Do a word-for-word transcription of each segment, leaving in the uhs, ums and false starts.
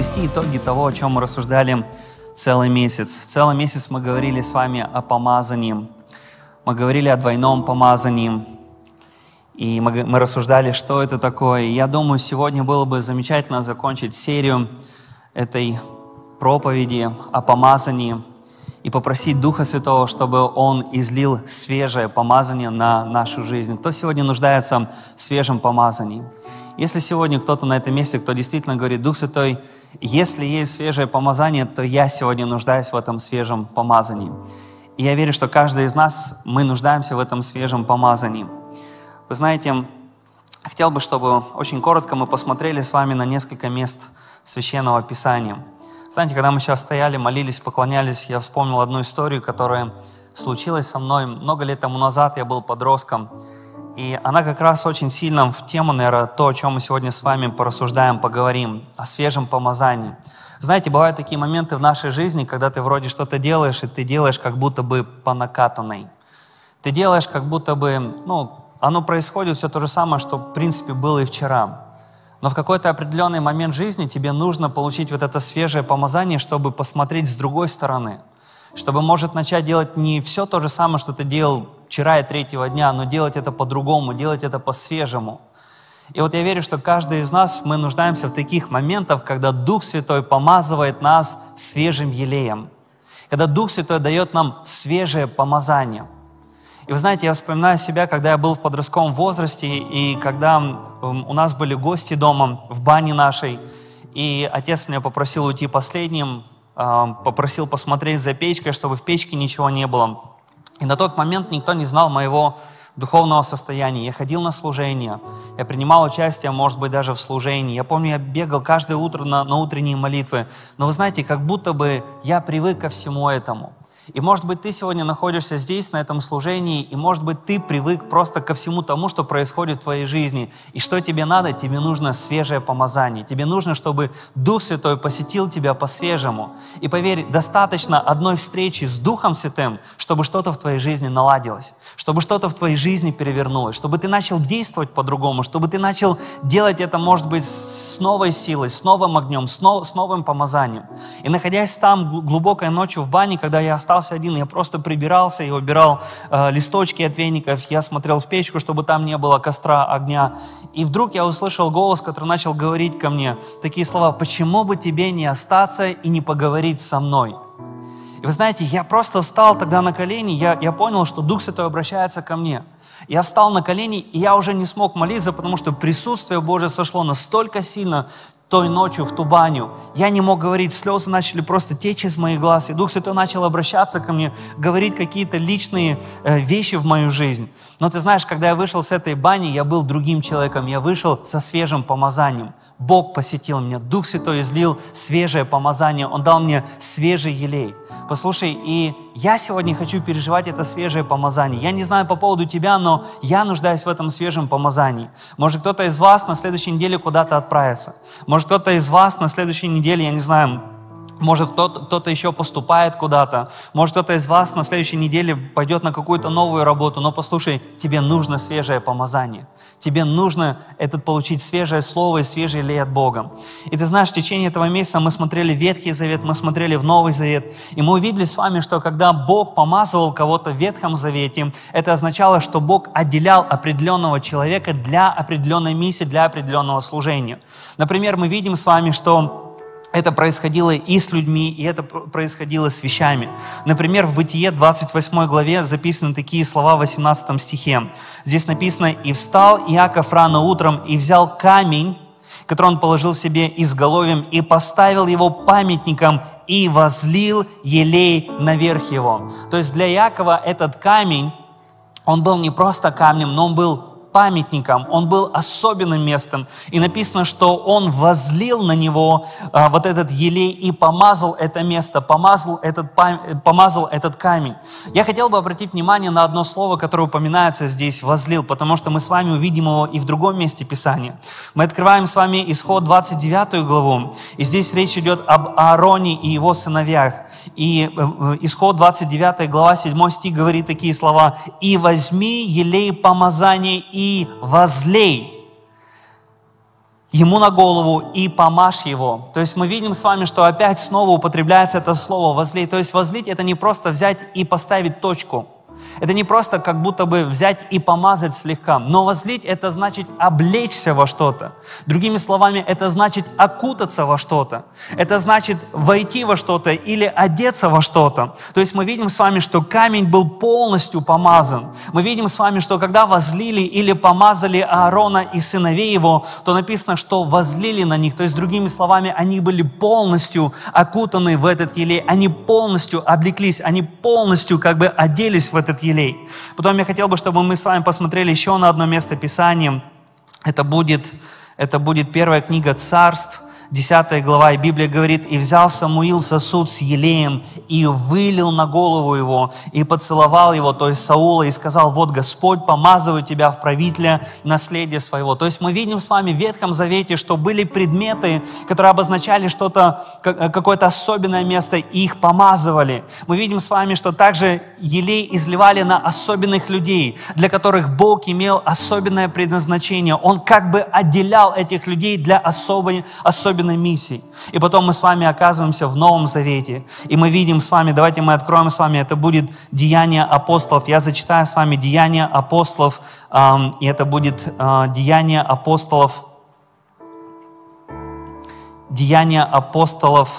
подвести итоги того, о чем мы рассуждали целый месяц. Целый месяц мы говорили с вами о помазании. Мы говорили о двойном помазании. И мы, мы рассуждали, что это такое. И я думаю, сегодня было бы замечательно закончить серию этой проповеди о помазании и попросить Духа Святого, чтобы Он излил свежее помазание на нашу жизнь. Кто сегодня нуждается в свежем помазании? Если сегодня кто-то на этом месте, кто действительно говорит: Дух Святой, если есть свежее помазание, то я сегодня нуждаюсь в этом свежем помазании. И я верю, что каждый из нас, мы нуждаемся в этом свежем помазании. Вы знаете, хотел бы, чтобы очень коротко мы посмотрели с вами на несколько мест Священного Писания. Знаете, когда мы сейчас стояли, молились, поклонялись, я вспомнил одну историю, которая случилась со мной много лет тому назад. Я был подростком. И она как раз очень сильно в тему, наверное, то, о чем мы сегодня с вами порассуждаем, поговорим, о свежем помазании. Знаете, бывают такие моменты в нашей жизни, когда ты вроде что-то делаешь, и ты делаешь как будто бы по накатанной. Ты делаешь как будто бы, ну, оно происходит все то же самое, что в принципе было и вчера. Но в какой-то определенный момент жизни тебе нужно получить вот это свежее помазание, чтобы посмотреть с другой стороны. Чтобы, может, начать делать не все то же самое, что ты делал вчера и третьего дня, но делать это по-другому, делать это по-свежему. И вот я верю, что каждый из нас, мы нуждаемся в таких моментах, когда Дух Святой помазывает нас свежим елеем. Когда Дух Святой дает нам свежее помазание. И вы знаете, я вспоминаю себя, когда я был в подростковом возрасте, и когда у нас были гости дома, в бане нашей, и отец меня попросил уйти последним, попросил посмотреть за печкой, чтобы в печке ничего не было. И на тот момент никто не знал моего духовного состояния. Я ходил на служение, я принимал участие, может быть, даже в служении. Я помню, я бегал каждое утро на, на утренние молитвы. Но вы знаете, как будто бы я привык ко всему этому. И может быть, ты сегодня находишься здесь, на этом служении, и может быть, ты привык просто ко всему тому, что происходит в твоей жизни. И что тебе надо? Тебе нужно свежее помазание. Тебе нужно, чтобы Дух Святой посетил тебя по-свежему. И поверь, достаточно одной встречи с Духом Святым, чтобы что-то в твоей жизни наладилось, чтобы что-то в твоей жизни перевернулось, чтобы ты начал действовать по-другому, чтобы ты начал делать это, может быть, с новой силой, с новым огнем, с, нов- с новым помазанием. И находясь там глубокой ночью в бане, когда я остался один, я просто прибирался и убирал э, листочки от веников, я смотрел в печку, чтобы там не было костра, огня. И вдруг я услышал голос, который начал говорить ко мне такие слова: «Почему бы тебе не остаться и не поговорить со мной?» И вы знаете, я просто встал тогда на колени, я, я понял, что Дух Святой обращается ко мне. Я встал на колени, и я уже не смог молиться, потому что присутствие Божие сошло настолько сильно той ночью в ту баню. Я не мог говорить, слезы начали просто течь из моих глаз, и Дух Святой начал обращаться ко мне, говорить какие-то личные э, вещи в мою жизнь. Но ты знаешь, когда я вышел с этой бани, я был другим человеком, я вышел со свежим помазанием. Бог посетил меня, Дух Святой излил свежее помазание, Он дал мне свежий елей. Послушай, и я сегодня хочу переживать это свежее помазание. Я не знаю по поводу тебя, но я нуждаюсь в этом свежем помазании. Может, кто-то из вас на следующей неделе куда-то отправится. Может, кто-то из вас на следующей неделе, я не знаю, может, кто-то, кто-то еще поступает куда-то. Может, кто-то из вас на следующей неделе пойдет на какую-то новую работу. Но послушай, тебе нужно свежее помазание. Тебе нужно этот получить свежее слово и свежий елей от Бога. И ты знаешь, в течение этого месяца мы смотрели Ветхий Завет, мы смотрели в Новый Завет. И мы увидели с вами, что когда Бог помазывал кого-то в Ветхом Завете, это означало, что Бог отделял определенного человека для определенной миссии, для определенного служения. Например, мы видим с вами, что это происходило и с людьми, и это происходило с вещами. Например, в Бытие двадцать восьмой главе записаны такие слова в восемнадцатом стихе. Здесь написано: «И встал Иаков рано утром, и взял камень, который он положил себе изголовьем, и поставил его памятником, и возлил елей наверх его». То есть для Иакова этот камень, он был не просто камнем, но он был памятником, он был особенным местом. И написано, что он возлил на него а, вот этот елей и помазал это место, помазал этот, помазал этот камень. Я хотел бы обратить внимание на одно слово, которое упоминается здесь, возлил, потому что мы с вами увидим его и в другом месте Писания. Мы открываем с вами Исход двадцать девятую главу, и здесь речь идет об Аароне и его сыновьях. И Исход двадцать девятая глава, седьмой стих говорит такие слова: «И возьми елей помазания и возлей». ему на голову и помажь его. То есть мы видим с вами, что опять снова употребляется это слово возлить. То есть возлить — это не просто взять и поставить точку. Это не просто как будто бы взять и помазать слегка. Но возлить — это значит облечься во что-то. Другими словами, это значит окутаться во что-то. Это значит войти во что-то или одеться во что-то. То есть мы видим с вами, что камень был полностью помазан. Мы видим с вами, что когда возлили или помазали Аарона и сыновей его, то написано, что возлили на них. То есть другими словами, они были полностью окутаны в этот елей. Они полностью облеклись, они полностью как бы оделись в этот елей. Потом я хотел бы, чтобы мы с вами посмотрели еще на одно место Писания. Это будет, это будет первая книга Царств, десятая глава, и Библия говорит: «И взял Самуил сосуд с елеем, и вылил на голову его, и поцеловал его», то есть Саула, и сказал: «Вот Господь помазывает тебя в правителя наследия своего». То есть мы видим с вами в Ветхом Завете, что были предметы, которые обозначали что-то, какое-то особенное место, и их помазывали. Мы видим с вами, что также елей изливали на особенных людей, для которых Бог имел особенное предназначение. Он как бы отделял этих людей для особой, особенной миссии. И потом мы с вами оказываемся в Новом Завете, и мы видим с вами, давайте мы откроем с вами, это будет Деяния апостолов. Я зачитаю с вами Деяния апостолов, эм, и это будет э, Деяния апостолов, Деяния апостолов,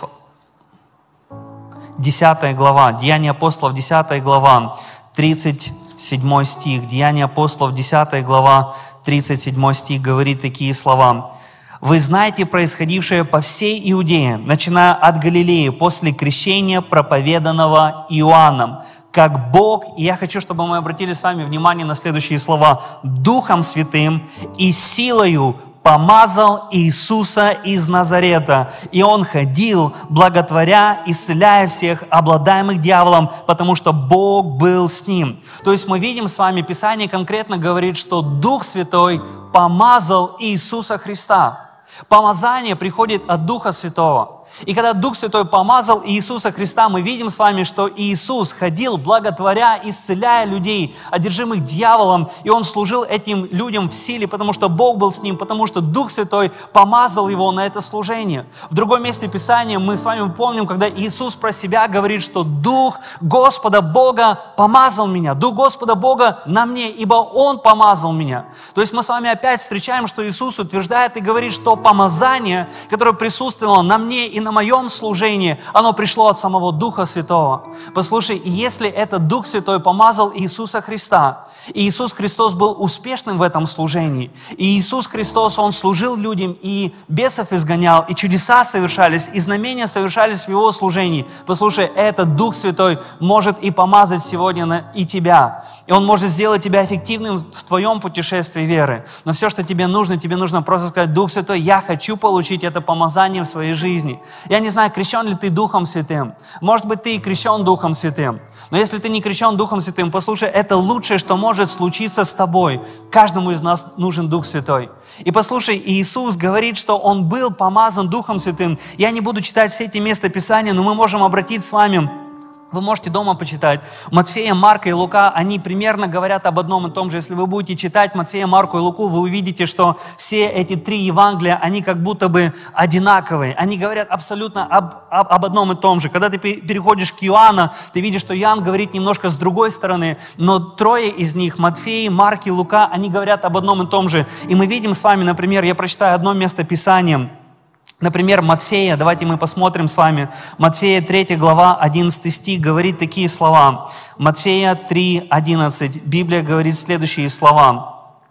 десятая глава, Деяния апостолов, десятая глава, тридцать седьмой стих. Деяния апостолов, десятая глава, тридцать седьмой стих говорит такие слова: «Вы знаете происходившее по всей Иудее, начиная от Галилеи, после крещения, проповеданного Иоанном, как Бог», и я хочу, чтобы мы обратили с вами внимание на следующие слова, «Духом Святым и силою помазал Иисуса из Назарета, и Он ходил, благотворя, исцеляя всех обладаемых дьяволом, потому что Бог был с Ним». То есть мы видим с вами, Писание конкретно говорит, что Дух Святой помазал Иисуса Христа. Помазание приходит от Духа Святого. И когда Дух Святой помазал Иисуса Христа, мы видим с вами, что Иисус ходил, благотворя, исцеляя людей, одержимых дьяволом, и Он служил этим людям в силе, потому что Бог был с Ним, потому что Дух Святой помазал Его на это служение. В другом месте Писания мы с вами помним, когда Иисус про себя говорит, что Дух Господа Бога помазал меня, Дух Господа Бога на мне, ибо Он помазал меня. То есть мы с вами опять встречаем, что Иисус утверждает и говорит, что помазание, которое присутствовало на мне и на моем служении, оно пришло от самого Духа Святого. Послушай, если этот Дух Святой помазал Иисуса Христа, и Иисус Христос был успешным в этом служении, и Иисус Христос, Он служил людям, и бесов изгонял, и чудеса совершались, и знамения совершались в Его служении. Послушай, этот Дух Святой может и помазать сегодня на, и тебя. И Он может сделать тебя эффективным в твоем путешествии веры. Но все, что тебе нужно, тебе нужно просто сказать: Дух Святой, я хочу получить это помазание в своей жизни. Я не знаю, крещен ли ты Духом Святым. Может быть, ты и крещен Духом Святым. Но если ты не крещен Духом Святым, послушай, это лучшее, что может случиться с тобой. Каждому из нас нужен Дух Святой. И послушай, Иисус говорит, что Он был помазан Духом Святым. Я не буду читать все эти места Писания, но мы можем обратить с вами. Вы можете дома почитать. Матфея, Марка и Лука, они примерно говорят об одном и том же. Если вы будете читать Матфея, Марку и Луку, вы увидите, что все эти три Евангелия, они как будто бы одинаковые. Они говорят абсолютно об, об, об одном и том же. Когда ты переходишь к Иоанну, ты видишь, что Иоанн говорит немножко с другой стороны, но трое из них, Матфей, Марк и Лука, они говорят об одном и том же. И мы видим с вами, например, я прочитаю одно место Писания. Например, Матфея, давайте мы посмотрим с вами. Матфея третья глава, одиннадцатый стих говорит такие слова. Матфея три, одиннадцать. Библия говорит следующие слова.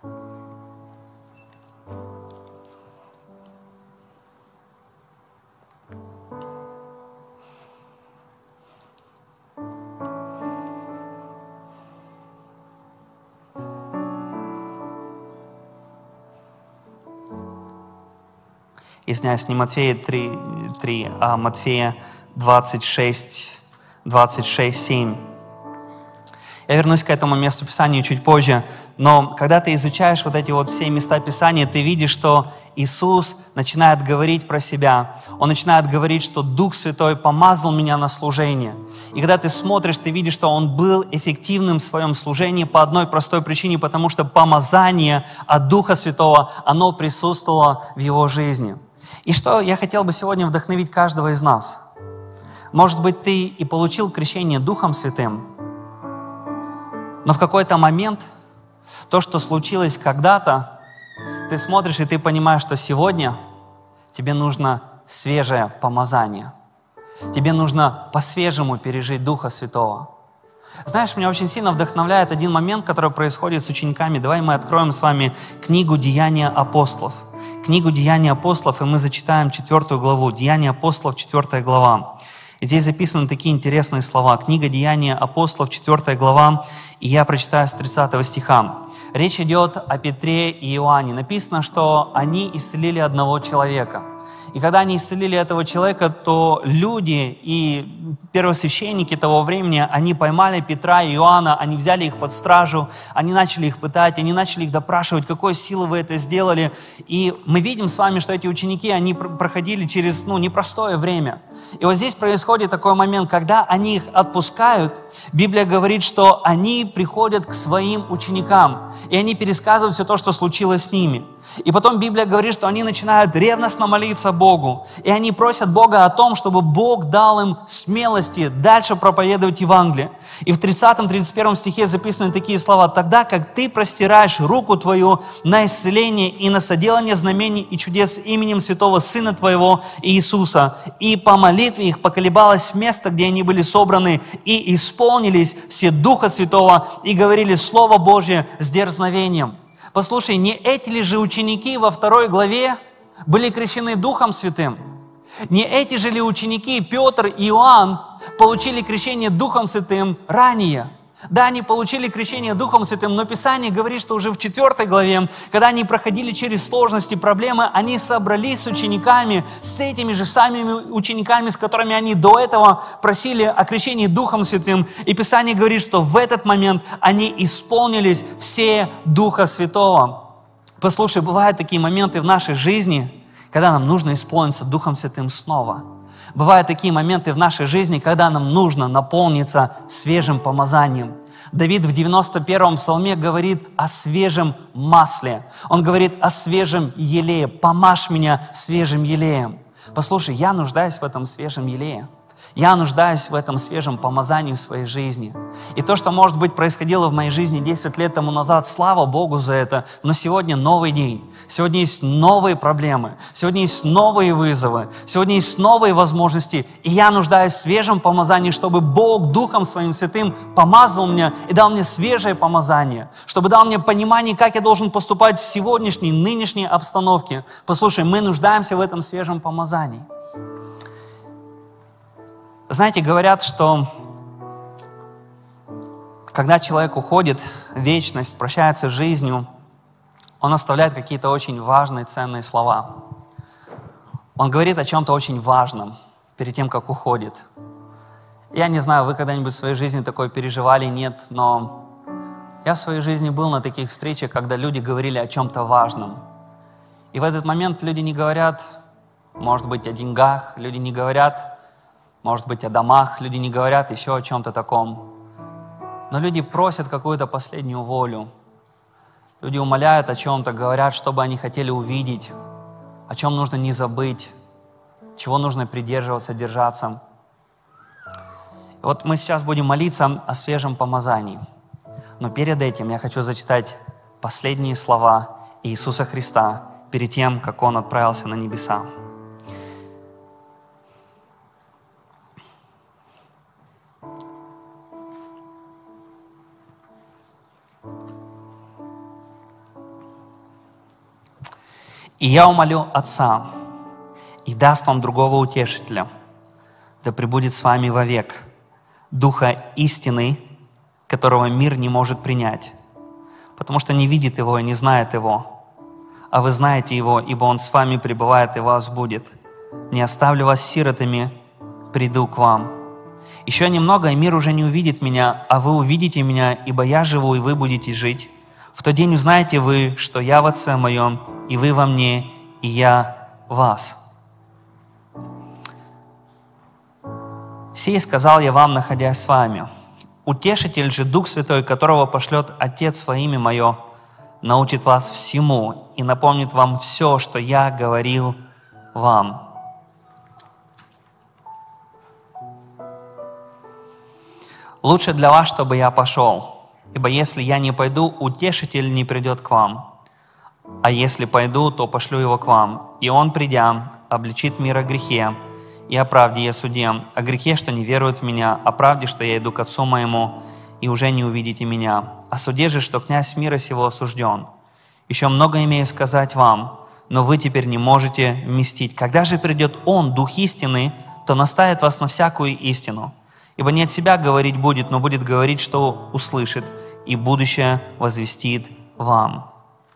Извиняюсь, не Матфея три, три, а Матфея двадцать шесть, двадцать шесть, семь. Я вернусь к этому месту Писания чуть позже. Но когда ты изучаешь вот эти вот все места Писания, ты видишь, что Иисус начинает говорить про себя. Он начинает говорить, что Дух Святой помазал меня на служение. И когда ты смотришь, ты видишь, что Он был эффективным в своем служении по одной простой причине, потому что помазание от Духа Святого, оно присутствовало в Его жизни. И что я хотел бы сегодня вдохновить каждого из нас. Может быть, ты и получил крещение Духом Святым, но в какой-то момент то, что случилось когда-то, ты смотришь и ты понимаешь, что сегодня тебе нужно свежее помазание. Тебе нужно по-свежему пережить Духа Святого. Знаешь, меня очень сильно вдохновляет один момент, который происходит с учениками. Давай мы откроем с вами книгу «Деяния апостолов». Книгу «Деяния апостолов», и мы зачитаем четвертую главу. «Деяния апостолов», четвертая глава. И здесь записаны такие интересные слова. Книга «Деяния апостолов», четвертая глава, и я прочитаю с тридцатого стиха. Речь идет о Петре и Иоанне. Написано, что они исцелили одного человека. И когда они исцелили этого человека, то люди и первосвященники того времени, они поймали Петра и Иоанна, они взяли их под стражу, они начали их пытать, они начали их допрашивать, какой силой вы это сделали. И мы видим с вами, что эти ученики, они проходили через ну, непростое время. И вот здесь происходит такой момент, когда они их отпускают, Библия говорит, что они приходят к своим ученикам, и они пересказывают все то, что случилось с ними. И потом Библия говорит, что они начинают ревностно молиться Богу. И они просят Бога о том, чтобы Бог дал им смелости дальше проповедовать Евангелие. И в тридцатом тридцать первом стихе записаны такие слова. «Тогда, как ты простираешь руку твою на исцеление и на соделание знамений и чудес именем святого Сына твоего Иисуса, и по молитве их поколебалось место, где они были собраны, и исполнились все Духа Святого, и говорили Слово Божье с дерзновением». Послушай, не эти ли же ученики во второй главе были крещены Духом Святым? Не эти же ли ученики Петр и Иоанн получили крещение Духом Святым ранее? Да, они получили крещение Духом Святым, но Писание говорит, что уже в четвертой главе, когда они проходили через сложности, проблемы, они собрались с учениками, с этими же самыми учениками, с которыми они до этого просили о крещении Духом Святым. И Писание говорит, что в этот момент они исполнились все Духа Святого. Послушай, бывают такие моменты в нашей жизни, когда нам нужно исполниться Духом Святым снова. Бывают такие моменты в нашей жизни, когда нам нужно наполниться свежим помазанием. Давид в девяносто первом псалме говорит о свежем масле. Он говорит о свежем елее. «Помажь меня свежим елеем». Послушай, я нуждаюсь в этом свежем елее. Я нуждаюсь в этом свежем помазании в своей жизни. И то, что, может быть, происходило в моей жизни десять лет тому назад, слава Богу за это, но сегодня новый день. Сегодня есть новые проблемы, сегодня есть новые вызовы, сегодня есть новые возможности. И я нуждаюсь в свежем помазании, чтобы Бог Духом Своим Святым помазал меня и дал мне свежее помазание, чтобы дал мне понимание, как я должен поступать в сегодняшней, нынешней обстановке. Послушай, мы нуждаемся в этом свежем помазании. Знаете, говорят, что когда человек уходит в вечность, прощается с жизнью, он оставляет какие-то очень важные, ценные слова. Он говорит о чем-то очень важном перед тем, как уходит. Я не знаю, вы когда-нибудь в своей жизни такое переживали, нет, но я в своей жизни был на таких встречах, когда люди говорили о чем-то важном. И в этот момент люди не говорят, может быть, о деньгах, люди не говорят, может быть, о домах, люди не говорят еще о чем-то таком. Но люди просят какую-то последнюю волю. Люди умоляют о чем-то, говорят, что бы они хотели увидеть, о чем нужно не забыть, чего нужно придерживаться, держаться. И вот мы сейчас будем молиться о свежем помазании. Но перед этим я хочу зачитать последние слова Иисуса Христа перед тем, как Он отправился на небеса. «И я умолю Отца, и даст вам другого утешителя, да пребудет с вами вовек, Духа истины, которого мир не может принять, потому что не видит Его и не знает Его. А вы знаете Его, ибо Он с вами пребывает и вас будет. Не оставлю вас сиротами, приду к вам. Еще немного, и мир уже не увидит меня, а вы увидите меня, ибо я живу, и вы будете жить. В тот день узнаете вы, что я в Отце моем, и вы во мне, и я в вас. Сей сказал я вам, находясь с вами. Утешитель же, Дух Святой, которого пошлет Отец во имя Мое, научит вас всему и напомнит вам все, что я говорил вам. Лучше для вас, чтобы я пошел, ибо если я не пойду, Утешитель не придет к вам. А если пойду, то пошлю его к вам, и он, придя, обличит мир о грехе, и о правде и о суде, о грехе, что не веруют в меня, о правде, что я иду к Отцу моему, и уже не увидите меня, о суде же, что князь мира сего осужден. Еще много имею сказать вам, но вы теперь не можете вместить. Когда же придет Он, Дух истины, то наставит вас на всякую истину. Ибо не от себя говорить будет, но будет говорить, что услышит, и будущее возвестит вам.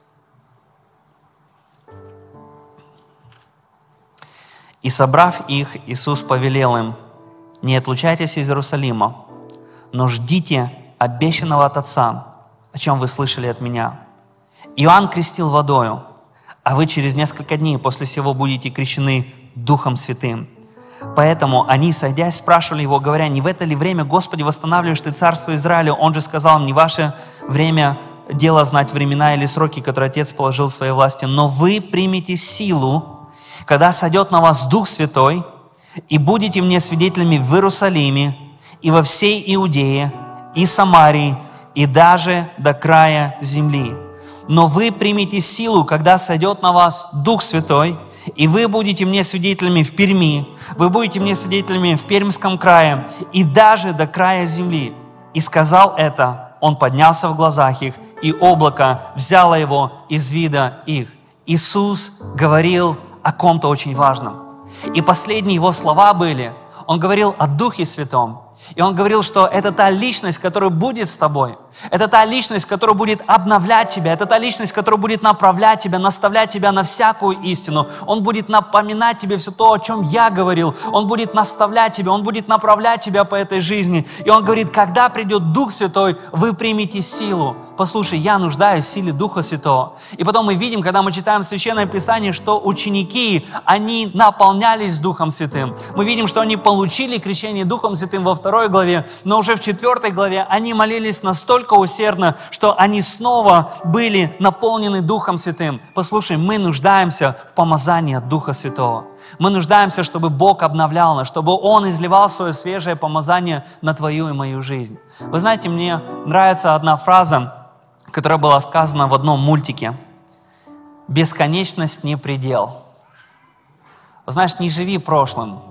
И, собрав их, Иисус повелел им: не отлучайтесь из Иерусалима, но ждите обещанного от Отца, о чем вы слышали от Меня. Иоанн крестил водою, а вы через несколько дней после сего будете крещены Духом Святым. Поэтому они, сойдясь, спрашивали Его, говоря: не в это ли время, Господи, восстанавливаешь Ты царство Израилю? Он же сказал им: не ваше время дело знать времена или сроки, которые Отец положил в своей власти, но вы примете силу, когда сойдет на вас Дух Святой, и будете мне свидетелями в Иерусалиме, и во всей Иудее, и Самарии, и даже до края земли. Но вы примете силу, когда сойдет на вас Дух Святой, и вы будете мне свидетелями в Перми, вы будете мне свидетелями в Пермском крае, и даже до края земли. И сказал это, он поднялся в глазах их, и облако взяло его из вида их. Иисус говорил о ком-то очень важном. И последние его слова были, он говорил о Духе Святом. И он говорил, что это та личность, которая будет с тобой. Это та личность, которая будет обновлять тебя. Это та личность, которая будет направлять тебя, наставлять тебя на всякую истину. Он будет напоминать тебе все то, о чем я говорил. Он будет наставлять тебя, Он будет направлять тебя по этой жизни. И Он говорит: когда придет Дух Святой, вы примете силу. Послушай, я нуждаюсь в силе Духа Святого. И потом мы видим, когда мы читаем Священное Писание, что ученики, они наполнялись Духом Святым. Мы видим, что они получили крещение Духом Святым во второй главе, но уже в четвертой главе они молились настолько усердно, что они снова были наполнены Духом Святым. Послушай, мы нуждаемся в помазании от Духа Святого. Мы нуждаемся, чтобы Бог обновлял нас, чтобы Он изливал свое свежее помазание на твою и мою жизнь. Вы знаете, мне нравится одна фраза, которая была сказана в одном мультике. «Бесконечность не предел». Знаешь, не живи прошлым.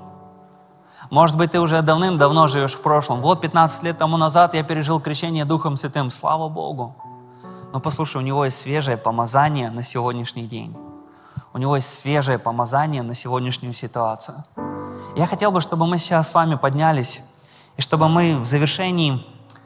Может быть, ты уже давным-давно живешь в прошлом. Вот пятнадцать лет тому назад я пережил крещение Духом Святым. Слава Богу. Но послушай, у него есть свежее помазание на сегодняшний день. У него есть свежее помазание на сегодняшнюю ситуацию. Я хотел бы, чтобы мы сейчас с вами поднялись, и чтобы мы в завершении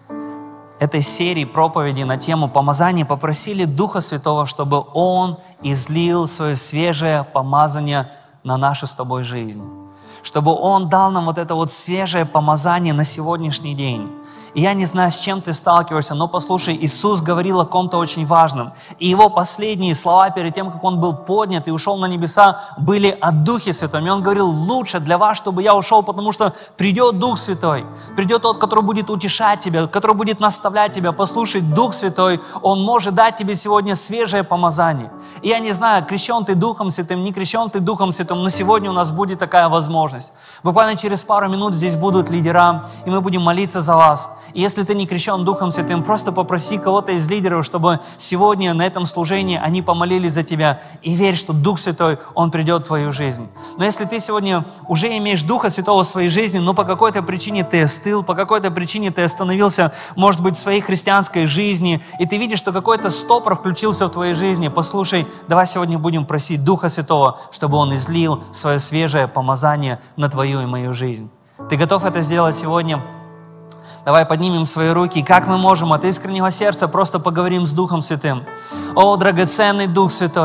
этой серии проповеди на тему помазания попросили Духа Святого, чтобы Он излил свое свежее помазание на нашу с тобой жизнь. Чтобы Он дал нам вот это вот свежее помазание на сегодняшний день. И я не знаю, с чем ты сталкиваешься, но послушай, Иисус говорил о ком-то очень важном. И Его последние слова перед тем, как Он был поднят и ушел на небеса, были о Духе Святом. И Он говорил: лучше для вас, чтобы я ушел, потому что придет Дух Святой. Придет Тот, который будет утешать тебя, который будет наставлять тебя. Послушай, Дух Святой, Он может дать тебе сегодня свежее помазание. И я не знаю, крещен ты Духом Святым, не крещен ты Духом Святым, но сегодня у нас будет такая возможность. Буквально через пару минут здесь будут лидера, и мы будем молиться за вас. И если ты не крещен Духом Святым, просто попроси кого-то из лидеров, чтобы сегодня на этом служении они помолились за тебя. И верь, что Дух Святой, Он придет в твою жизнь. Но если ты сегодня уже имеешь Духа Святого в своей жизни, но по какой-то причине ты остыл, по какой-то причине ты остановился, может быть, в своей христианской жизни, и ты видишь, что какой-то стопор включился в твоей жизни, послушай, давай сегодня будем просить Духа Святого, чтобы Он излил свое свежее помазание на твою и мою жизнь. Ты готов это сделать сегодня? Давай поднимем свои руки. Как мы можем от искреннего сердца просто поговорим с Духом Святым. О, драгоценный Дух Святой!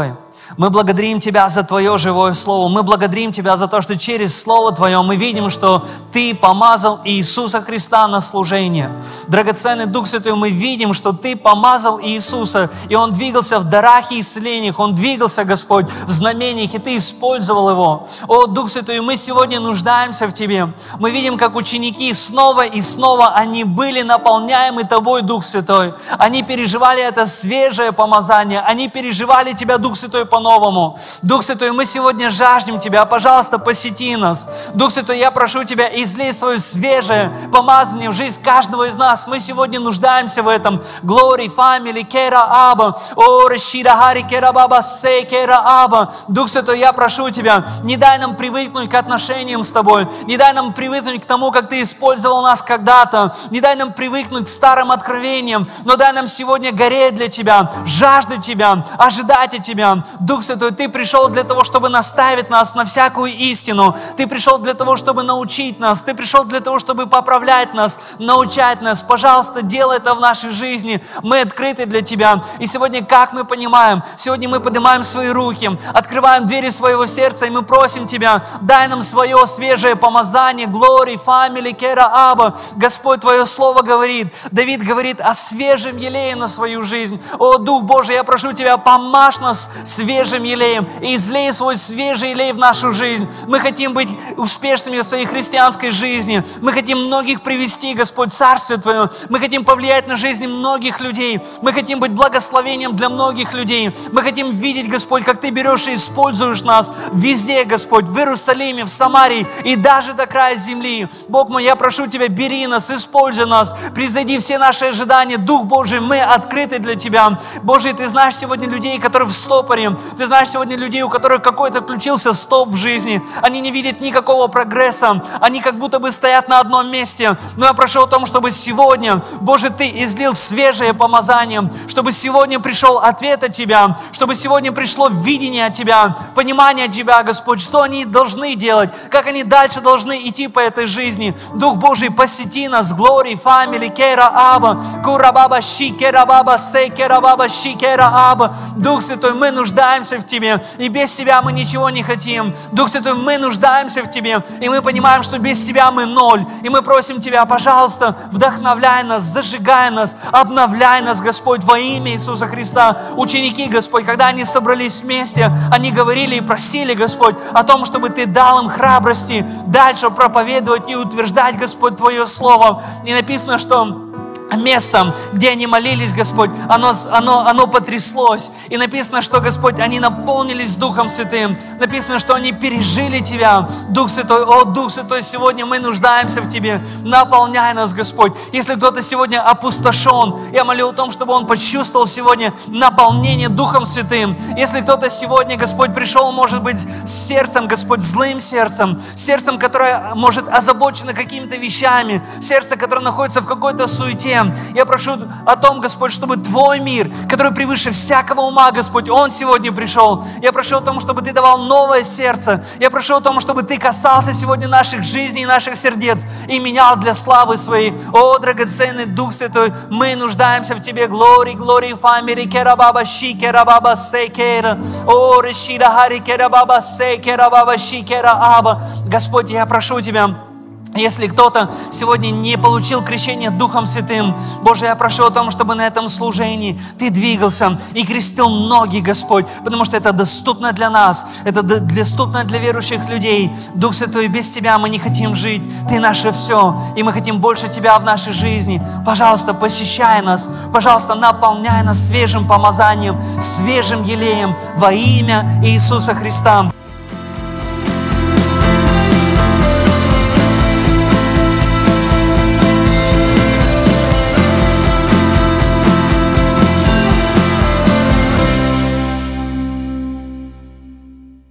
Мы благодарим Тебя за Твое живое Слово. Мы благодарим Тебя за то, что через Слово Твое мы видим, что Ты помазал Иисуса Христа на служение. Драгоценный Дух Святой, мы видим, что Ты помазал Иисуса, и Он двигался в дарах и исцелениях, Он двигался, Господь, в знамениях, и Ты использовал Его. О, Дух Святой, мы сегодня нуждаемся в Тебе. Мы видим, как ученики снова и снова, они были наполняемы Тобой, Дух Святой. Они переживали это свежее помазание, они переживали Тебя, Дух Святой, по-новому. Дух Святой, мы сегодня жаждем Тебя, пожалуйста, посети нас. Дух Святой, я прошу Тебя, излей свое свежее помазание в жизнь каждого из нас. Мы сегодня нуждаемся в этом. Glory, family, кера аба, о, решида хари, кера баба, сей, кера аба. Дух Святой, я прошу Тебя, не дай нам привыкнуть к отношениям с Тобой, не дай нам привыкнуть к тому, как Ты использовал нас когда-то, не дай нам привыкнуть к старым откровениям, но дай нам сегодня гореть для Тебя, жаждать Тебя, ожидать от Тебя. Дух Святой, Ты пришел для того, чтобы наставить нас на всякую истину. Ты пришел для того, чтобы научить нас. Ты пришел для того, чтобы поправлять нас, научать нас. Пожалуйста, делай это в нашей жизни. Мы открыты для Тебя. И сегодня, как мы понимаем, сегодня мы поднимаем свои руки, открываем двери своего сердца, и мы просим Тебя, дай нам свое свежее помазание. Glory, family, кера аба. Господь, Твое Слово говорит, Давид говорит о свежем елее на свою жизнь. О, Дух Божий, я прошу Тебя, помажь нас свежим елеем и излей свой свежий елей в нашу жизнь. Мы хотим быть успешными в своей христианской жизни. Мы хотим многих привести, Господь, Царствие Твое. Мы хотим повлиять на жизни многих людей. Мы хотим быть благословением для многих людей. Мы хотим видеть, Господь, как Ты берешь и используешь нас везде, Господь, в Иерусалиме, в Самарии и даже до края земли. Бог мой, я прошу Тебя, бери нас, используй нас, превзойди все наши ожидания. Дух Божий, мы открыты для Тебя. Боже, Ты знаешь сегодня людей, которые в стопоре. Ты знаешь сегодня людей, у которых какой-то включился стоп в жизни. Они не видят никакого прогресса. Они как будто бы стоят на одном месте. Но я прошу о том, чтобы сегодня, Боже, Ты излил свежее помазание, чтобы сегодня пришел ответ от Тебя, чтобы сегодня пришло видение от Тебя, понимание от Тебя, Господь, что они должны делать, как они дальше должны идти по этой жизни. Дух Божий, посети нас. Glory, family, кера аба, курабаба, щи, керабаба, сей, керабаба, щи, кера аба. Дух Святой, мы нуждаемся в Тебе, и без Тебя мы ничего не хотим. Дух Святой, мы нуждаемся в Тебе, и мы понимаем, что без Тебя мы ноль. И мы просим Тебя, пожалуйста, вдохновляй нас, зажигай нас, обновляй нас, Господь, во имя Иисуса Христа. Ученики, Господь, когда они собрались вместе, они говорили и просили, Господь, о том, чтобы Ты дал им храбрости дальше проповедовать и утверждать, Господь, Твое Слово. И написано, что местом, где они молились, Господь, оно, оно, оно потряслось. И написано, что, Господь, они наполнились Духом Святым. Написано, что они пережили Тебя, Дух Святой. О, Дух Святой, сегодня мы нуждаемся в Тебе. Наполняй нас, Господь. Если кто-то сегодня опустошен, я молю о том, чтобы он почувствовал сегодня наполнение Духом Святым. Если кто-то сегодня, Господь, пришел, может быть, с сердцем, Господь, злым сердцем, сердцем, которое, может, озабочено какими-то вещами, сердце, которое находится в какой-то суете, я прошу о том, Господь, чтобы Твой мир, который превыше всякого ума, Господь, Он сегодня пришел. Я прошу о том, чтобы Ты давал новое сердце. Я прошу о том, чтобы Ты касался сегодня наших жизней и наших сердец и менял для славы Своей. О, драгоценный Дух Святой, мы нуждаемся в Тебе. Glory, glory, family, керабаба, щи, керабаба, сей, кера. О, решида, хари, керабаба, сей, керабаба, щи, кераба. Господь, я прошу Тебя, если кто-то сегодня не получил крещение Духом Святым, Боже, я прошу о том, чтобы на этом служении Ты двигался и крестил многих, Господь, потому что это доступно для нас, это доступно для верующих людей. Дух Святой, без Тебя мы не хотим жить, Ты наше все, и мы хотим больше Тебя в нашей жизни. Пожалуйста, посещай нас, пожалуйста, наполняй нас свежим помазанием, свежим елеем во имя Иисуса Христа.